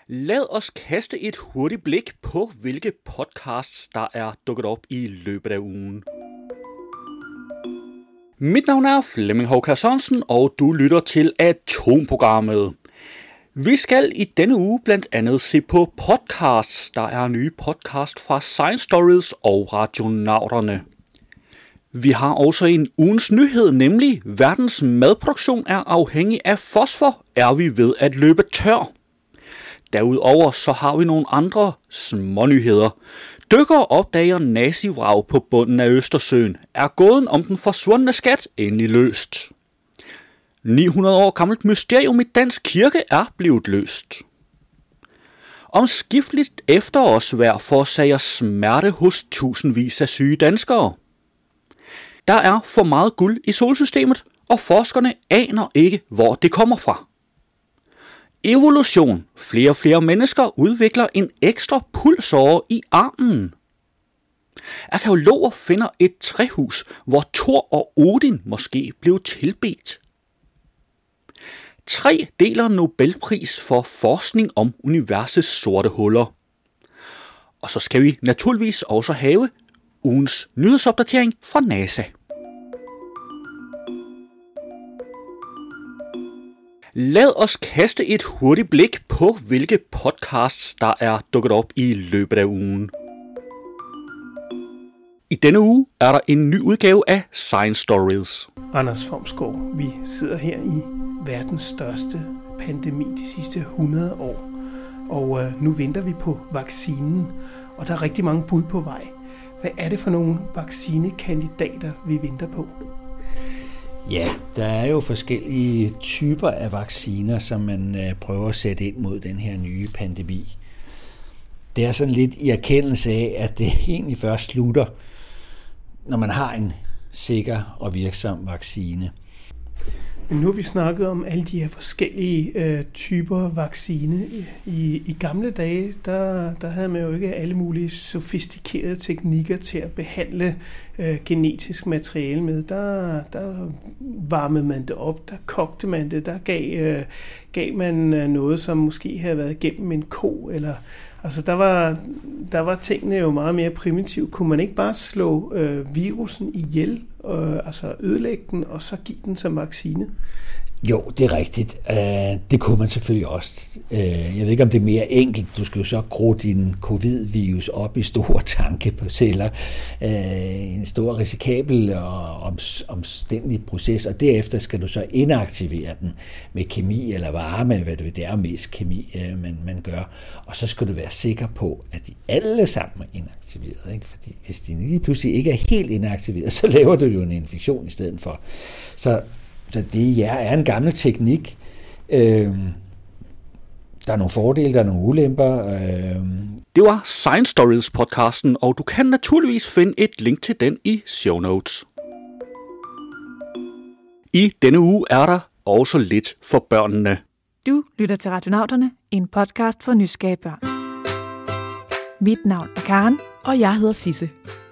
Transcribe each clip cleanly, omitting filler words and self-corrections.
Lad os kaste et hurtigt blik på, hvilke podcasts, der er dukket op i løbet af ugen. Mit navn er Flemming Hovkær Sørensen, og du lytter til Atomprogrammet. Vi skal i denne uge blandt andet se på podcasts. Der er nye podcast fra Science Stories og Radionauterne. Vi har også en ugens nyhed, nemlig verdens madproduktion er afhængig af fosfor, er vi ved at løbe tør. Derudover så har vi nogle andre smånyheder. Dykkere opdager nazivrag på bunden af Østersøen. Er gåden om den forsvundne skat endelig løst? 900 år gammelt mysterium i dansk kirke er blevet løst. Omskifteligt efterårsvejr forårsager smerte hos tusindvis af syge danskere. Der er for meget guld i solsystemet, og forskerne aner ikke, hvor det kommer fra. Evolution. Flere og flere mennesker udvikler en ekstra pulsåre i armen. Arkæologer finder et træhus, hvor Thor og Odin måske blev tilbedt. 3 deler Nobelpris for forskning om universets sorte huller. Og så skal vi naturligvis også have ugens nyhedsopdatering fra NASA. Lad os kaste et hurtigt blik på, hvilke podcasts, der er dukket op i løbet af ugen. I denne uge er der en ny udgave af Science Stories. Anders Fomsgaard, vi sidder her i verdens største pandemi de sidste 100 år, og nu venter vi på vaccinen, og der er rigtig mange bud på vej. Hvad er det for nogle vaccinekandidater, vi venter på? Ja, der er jo forskellige typer af vacciner, som man prøver at sætte ind mod den her nye pandemi. Det er sådan lidt i erkendelse af, at det egentlig først slutter, når man har en sikker og virksom vaccine. Men nu har vi snakket om alle de her forskellige typer vaccine. I gamle dage, der havde man jo ikke alle mulige sofistikerede teknikker til at behandle genetisk materiale med. Der varmede man det op, der kogte man det, der gav man noget, som måske havde været gennem en ko. Eller, altså der var tingene jo meget mere primitive. Kunne man ikke bare slå virusen ihjel, altså ødelægge den, og så give den som vaccine? Jo, det er rigtigt. Det kunne man selvfølgelig også. Jeg ved ikke, om det er mere enkelt. Du skal jo så gro din covid-virus op i store tanke på celler. En stor risikabel og omstændelig proces, og derefter skal du så inaktivere den med kemi eller varme, eller hvad det er mest kemi, man gør. Og så skal du være sikker på, at de alle sammen er inaktiveret. Ikke? Fordi hvis de lige pludselig ikke er helt inaktiveret, så laver du jo en infektion i stedet for. Så det er en gammel teknik. Der er nogle fordele, der er nogle ulemper. Det var Science Stories podcasten, og du kan naturligvis finde et link til den i show notes. I denne uge er der også lidt for børnene. Du lytter til Radionauterne, en podcast for nysgerrige børn. Mit navn er Karen, og jeg hedder Sisse.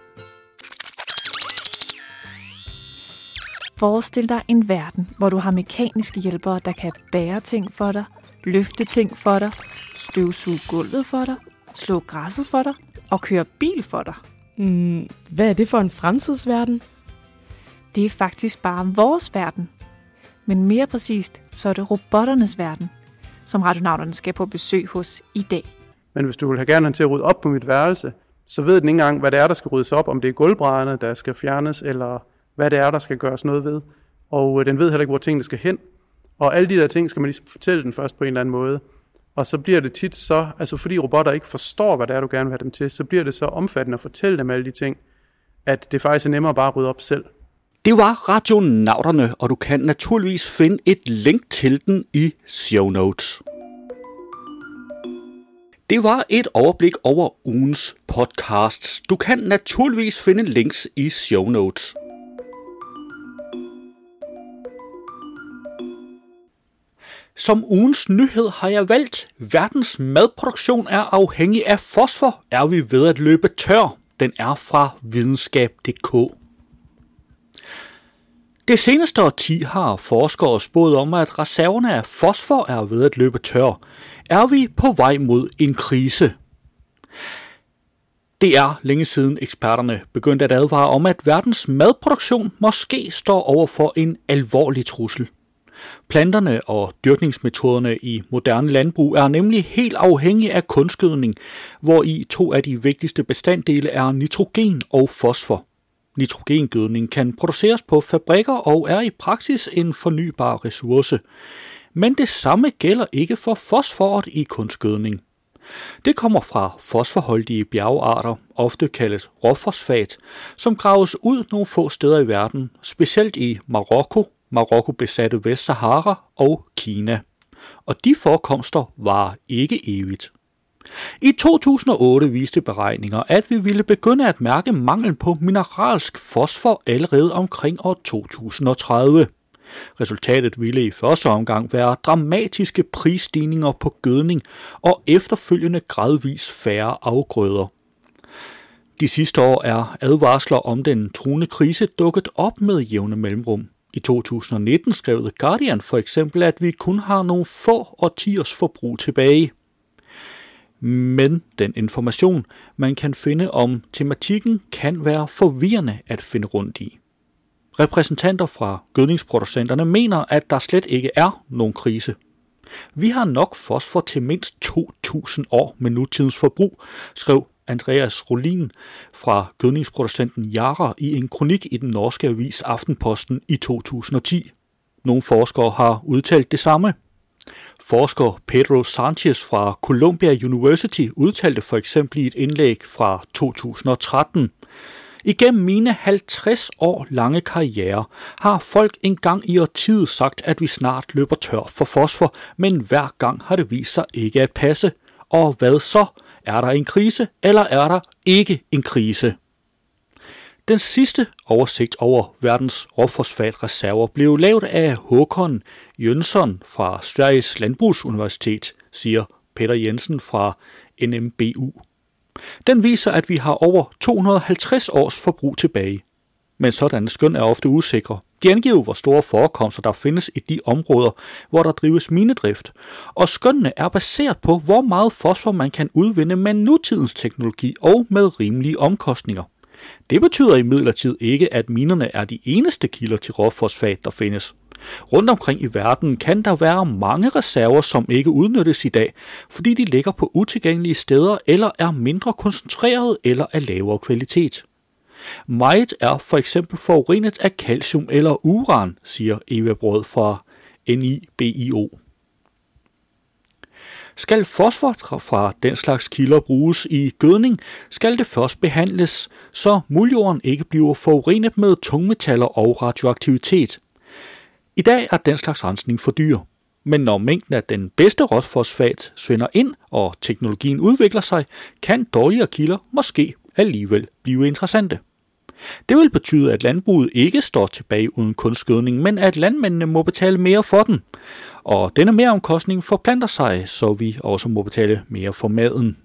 Forestil dig en verden, hvor du har mekaniske hjælpere, der kan bære ting for dig, løfte ting for dig, støvsuge gulvet for dig, slå græsset for dig og køre bil for dig. Hvad er det for en fremtidsverden? Det er faktisk bare vores verden. Men mere præcist, så er det robotternes verden, som Radionauterne skal på besøg hos i dag. Men hvis du vil have gerne til at rydde op på mit værelse, så ved den ikke engang, hvad det er, der skal ryddes op. Om det er gulvbrædderne, der skal fjernes, eller hvad det er, der skal gøres noget ved. Og den ved heller ikke, hvor tingene skal hen. Og alle de der ting skal man ligesom fortælle den først på en eller anden måde. Og så bliver det tit så, altså fordi robotter ikke forstår, hvad det er, du gerne vil have dem til, så bliver det så omfattende at fortælle dem alle de ting, at det faktisk er nemmere bare at rydde op selv. Det var Radionauterne, og du kan naturligvis finde et link til den i show notes. Det var et overblik over ugens podcasts. Du kan naturligvis finde links i show notes. Som ugens nyhed har jeg valgt, verdens madproduktion er afhængig af fosfor, er vi ved at løbe tør. Den er fra videnskab.dk. Det seneste årti har forskere spået om, at reserverne af fosfor er ved at løbe tør. Er vi på vej mod en krise? Det er længe siden eksperterne begyndte at advare om, at verdens madproduktion måske står over for en alvorlig trussel. Planterne og dyrkningsmetoderne i moderne landbrug er nemlig helt afhængige af kunstgødning, hvor i 2 af de vigtigste bestanddele er nitrogen og fosfor. Nitrogengødning kan produceres på fabrikker og er i praksis en fornybar ressource. Men det samme gælder ikke for fosforet i kunstgødning. Det kommer fra fosforholdige bjergarter, ofte kaldet råfosfat, som graves ud nogle få steder i verden, specielt i Marokko-besatte Vestsahara og Kina. Og de forekomster var ikke evigt. I 2008 viste beregninger, at vi ville begynde at mærke manglen på mineralsk fosfor allerede omkring år 2030. Resultatet ville i første omgang være dramatiske prisstigninger på gødning og efterfølgende gradvis færre afgrøder. De sidste år er advarsler om den truende krise dukket op med jævne mellemrum. I 2019 skrev The Guardian for eksempel, at vi kun har nogle få årtiers forbrug tilbage. Men den information, man kan finde om tematikken, kan være forvirrende at finde rundt i. Repræsentanter fra gødningsproducenterne mener, at der slet ikke er nogen krise. Vi har nok fosfor til mindst 2000 år med nutidens forbrug, skrev Andreas Rolin fra gødningsproducenten Yara i en kronik i den norske avis Aftenposten i 2010. Nogle forskere har udtalt det samme. Forsker Pedro Sanchez fra Columbia University udtalte for eksempel i et indlæg fra 2013: Igennem mine 50 år lange karriere har folk engang i årtiet sagt, at vi snart løber tør for fosfor, men hver gang har det vist sig ikke at passe. Og hvad så? Er der en krise, eller er der ikke en krise? Den sidste oversigt over verdens råfosfatreserver blev lavet af Håkon Jönsson fra Sveriges Landbrugsuniversitet, siger Peter Jensen fra NMBU. Den viser, at vi har over 250 års forbrug tilbage. Men sådanne skøn er ofte usikre. De angiver, hvor store forekomster der findes i de områder, hvor der drives minedrift, og skønnene er baseret på, hvor meget fosfor man kan udvinde med nutidens teknologi og med rimelige omkostninger. Det betyder imidlertid ikke, at minerne er de eneste kilder til råfosfat, der findes. Rundt omkring i verden kan der være mange reserver, som ikke udnyttes i dag, fordi de ligger på utilgængelige steder eller er mindre koncentreret eller af lavere kvalitet. Meget er for eksempel forurenet af calcium eller uran, siger Eva Brød fra NIBIO. Skal fosfor fra den slags kilder bruges i gødning, skal det først behandles, så muldjorden ikke bliver forurenet med tungmetaller og radioaktivitet. I dag er den slags rensning for dyr, men når mængden af den bedste råfosfat svinder ind, og teknologien udvikler sig, kan dårligere kilder måske alligevel blive interessante. Det vil betyde, at landbruget ikke står tilbage uden kunstgødning, men at landmændene må betale mere for den. Og denne meromkostning forplanter sig, så vi også må betale mere for maden.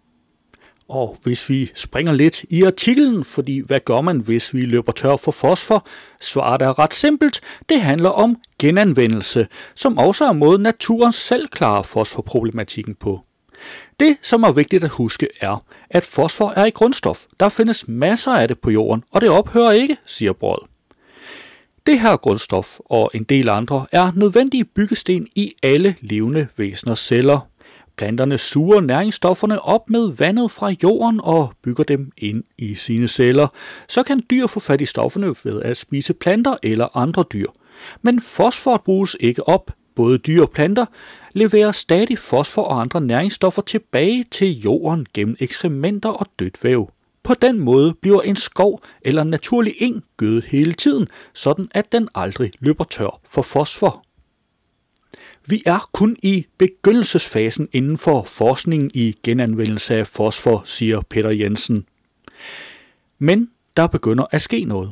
Og hvis vi springer lidt i artiklen, fordi hvad gør man, hvis vi løber tør for fosfor? Svaret er ret simpelt. Det handler om genanvendelse, som også er måden naturen selv klarer fosforproblematikken på. Det, som er vigtigt at huske, er, at fosfor er et grundstof. Der findes masser af det på jorden, og det ophører ikke, siger Brød. Det her grundstof og en del andre er nødvendige byggesten i alle levende væseners celler. Planterne suger næringsstofferne op med vandet fra jorden og bygger dem ind i sine celler. Så kan dyr få fat i stofferne ved at spise planter eller andre dyr. Men fosfor bruges ikke op. Både dyr og planter leverer stadig fosfor og andre næringsstoffer tilbage til jorden gennem ekskrementer og dødt væv. På den måde bliver en skov eller en naturlig eng gødet hele tiden, sådan at den aldrig løber tør for fosfor. Vi er kun i begyndelsesfasen inden for forskningen i genanvendelse af fosfor, siger Peter Jensen. Men der begynder at ske noget.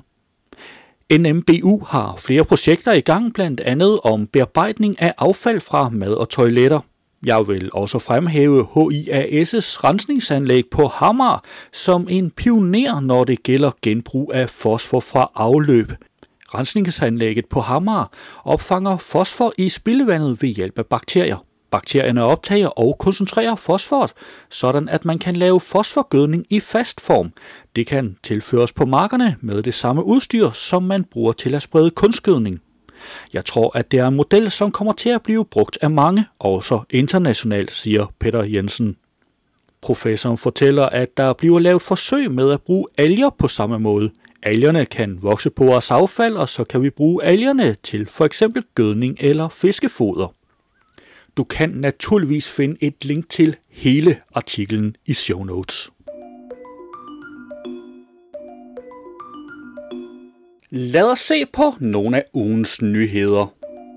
NMBU har flere projekter i gang, blandt andet om bearbejdning af affald fra mad og toiletter. Jeg vil også fremhæve HIAS' rensningsanlæg på Hamar som en pioner, når det gælder genbrug af fosfor fra afløb. Rensningsanlægget på Hamar opfanger fosfor i spildevandet ved hjælp af bakterier. Bakterierne optager og koncentrerer fosforet, sådan at man kan lave fosforgødning i fast form. Det kan tilføres på markerne med det samme udstyr, som man bruger til at sprede kunstgødning. Jeg tror, at det er en model, som kommer til at blive brugt af mange, også internationalt, siger Peter Jensen. Professoren fortæller, at der bliver lavet forsøg med at bruge alger på samme måde. Algerne kan vokse på vores affald, og så kan vi bruge algerne til for eksempel gødning eller fiskefoder. Du kan naturligvis finde et link til hele artiklen i show notes. Lad os se på nogle af ugens nyheder.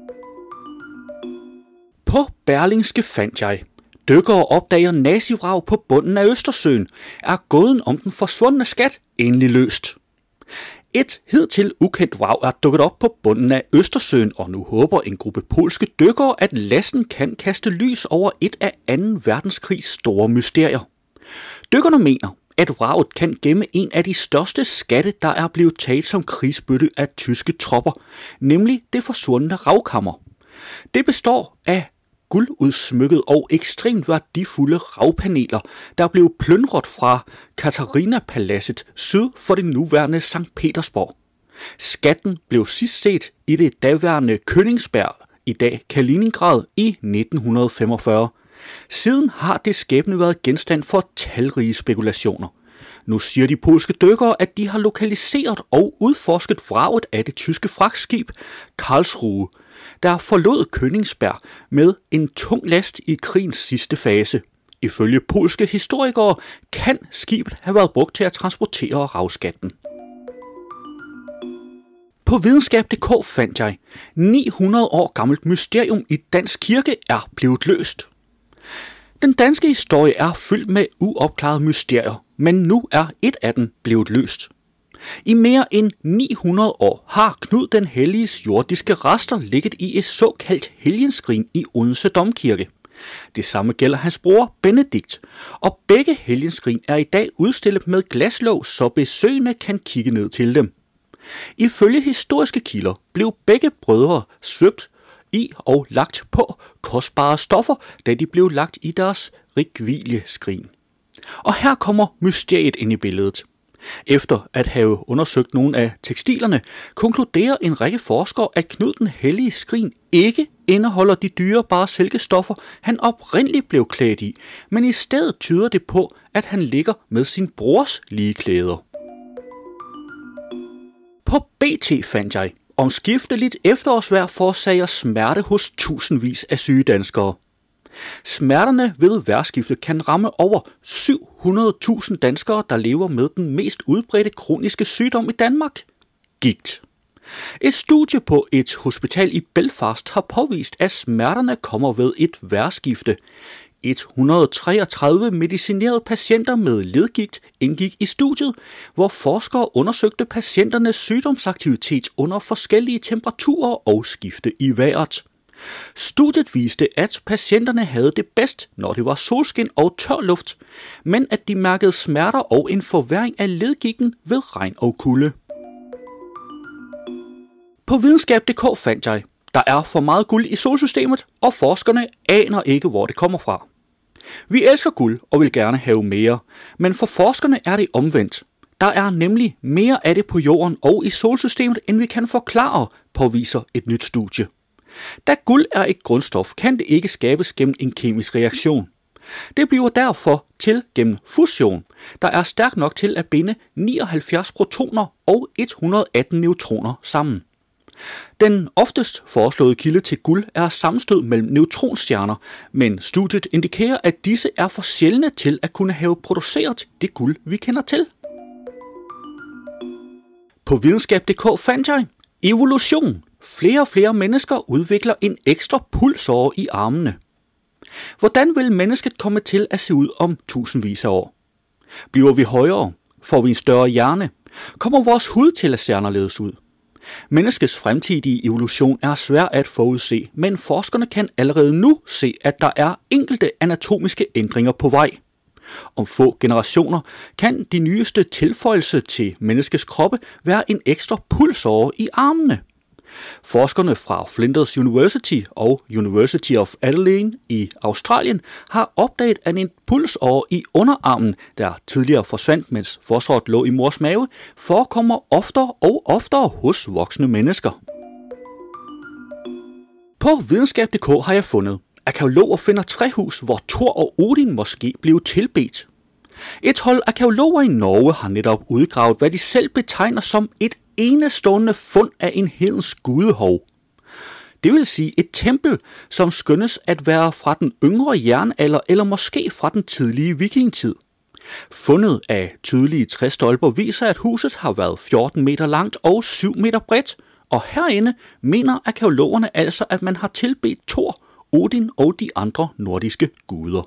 På Berlingske fandt jeg: dykkere opdager nazivrag på bunden af Østersøen. Er gåden om den forsvundne skat endelig løst? Et hidtil ukendt vrag er dukket op på bunden af Østersøen, og nu håber en gruppe polske dykkere, at lasten kan kaste lys over et af 2. verdenskrigs store mysterier. Dykkerne mener, at vraget kan gemme en af de største skatte, der er blevet taget som krigsbytte af tyske tropper, nemlig det forsvundne ravkammer. Det består af guldudsmykket og ekstremt værdifulde ravpaneler, der blev plyndret fra Katarina-paladset syd for det nuværende Sankt Petersborg. Skatten blev sidst set i det daværende Königsberg, i dag Kaliningrad, i 1945. Siden har det skæbne været genstand for talrige spekulationer. Nu siger de polske dykkere, at de har lokaliseret og udforsket vraget af det tyske fragtskib Karlsruhe, der forlod Königsberg med en tung last i krigens sidste fase. Ifølge polske historikere kan skibet have været brugt til at transportere ravskatten. På videnskab.dk fandt jeg: 900 år gammelt mysterium i dansk kirke er blevet løst. Den danske historie er fyldt med uopklarede mysterier, men nu er et af dem blevet løst. I mere end 900 år har Knud den Helliges jordiske rester ligget i et såkaldt helgenskrin i Odense Domkirke. Det samme gælder hans bror Benedikt, og begge helgenskrin er i dag udstillet med glaslåg, så besøgende kan kigge ned til dem. Ifølge historiske kilder blev begge brødre svøbt i og lagt på kostbare stoffer, da de blev lagt i deres rekvilieskrin. Og her kommer mysteriet ind i billedet. Efter at have undersøgt nogle af tekstilerne, konkluderer en række forskere, at Knud den Helliges skrin ikke indeholder de dyrebare silkestoffer, han oprindeligt blev klædt i, men i stedet tyder det på, at han ligger med sin brors ligeklæder. På BT fandt jeg: omskifteligt efterårsvejr forårsager smerte hos tusindvis af syge danskere. Smerterne ved vejrskifte kan ramme over 700.000 danskere, der lever med den mest udbredte kroniske sygdom i Danmark: gigt. Et studie på et hospital i Belfast har påvist, at smerterne kommer ved et vejrskifte. 133 medicinerede patienter med ledgigt indgik i studiet, hvor forskere undersøgte patienternes sygdomsaktivitet under forskellige temperaturer og skifte i vejret. Studiet viste, at patienterne havde det bedst, når det var solskin og tør luft, men at de mærkede smerter og en forværring af ledgigten ved regn og kulde. På videnskab.dk fandt jeg: der er for meget guld i solsystemet, og forskerne aner ikke, hvor det kommer fra. Vi elsker guld og vil gerne have mere, men for forskerne er det omvendt. Der er nemlig mere af det på jorden og i solsystemet, end vi kan forklare, påviser et nyt studie. Da guld er et grundstof, kan det ikke skabes gennem en kemisk reaktion. Det bliver derfor til gennem fusion, der er stærk nok til at binde 79 protoner og 118 neutroner sammen. Den oftest foreslåede kilde til guld er sammenstød mellem neutronstjerner, men studiet indikerer, at disse er for sjældne til at kunne have produceret det guld, vi kender til. På videnskab.dk fandt jeg: evolution. Flere og flere mennesker udvikler en ekstra pulsåre i armene. Hvordan vil mennesket komme til at se ud om tusindvis af år? Bliver vi højere? Får vi en større hjerne? Kommer vores hud til at se anderledes ud? Menneskets fremtidige evolution er svær at forudse, men forskerne kan allerede nu se, at der er enkelte anatomiske ændringer på vej. Om få generationer kan de nyeste tilføjelse til menneskets kroppe være en ekstra pulsåre i armene. Forskerne fra Flinders University og University of Adelaide i Australien har opdaget, at en pulsåre i underarmen, der tidligere forsvandt, mens fosteret lå i mors mave, forekommer oftere og oftere hos voksne mennesker. På videnskab.dk har jeg fundet, at arkæologer finder træhus, hvor Thor og Odin måske blev tilbedt. Et hold arkæologer i Norge har netop udgravet, hvad de selv betegner som et enestående fund af en hedensk gudehov. Det vil sige et tempel, som skønnes at være fra den yngre jernalder eller måske fra den tidlige vikingetid. Fundet af tydelige træstolper viser, at huset har været 14 meter langt og 7 meter bredt, og herinde mener arkæologerne altså, at man har tilbedt Thor, Odin og de andre nordiske guder.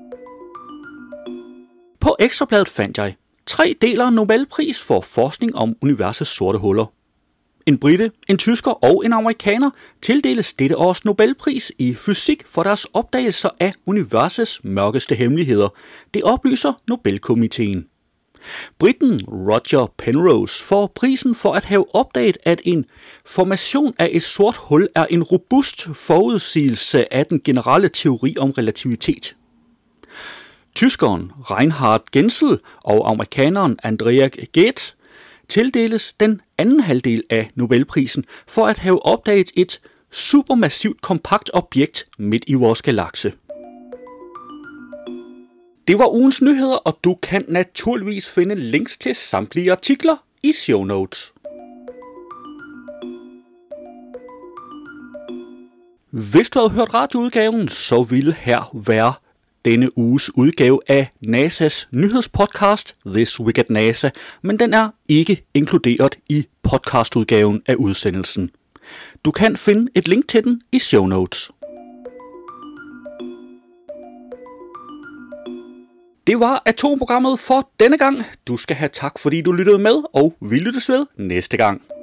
På Ekstrabladet fandt jeg 3 deler Nobelpris for forskning om universets sorte huller. En brite, en tysker og en amerikaner tildeles dette års Nobelpris i fysik for deres opdagelser af universets mørkeste hemmeligheder. Det oplyser Nobelkomiteen. Briten Roger Penrose får prisen for at have opdaget, at en formation af et sort hul er en robust forudsigelse af den generelle teori om relativitet. Tyskeren Reinhard Genzel og amerikaneren Andrea Ghez tildeles den anden halvdel af Nobelprisen for at have opdaget et supermassivt kompakt objekt midt i vores galakse. Det var ugens nyheder, og du kan naturligvis finde links til samtlige artikler i show notes. Hvis du havde hørt radioudgaven, så ville her være denne uges udgave af NASA's nyhedspodcast This Week at NASA, men den er ikke inkluderet i podcastudgaven af udsendelsen. Du kan finde et link til den i show notes. Det var atomprogrammet for denne gang. Du skal have tak, fordi du lyttede med, og vi lyttes ved næste gang.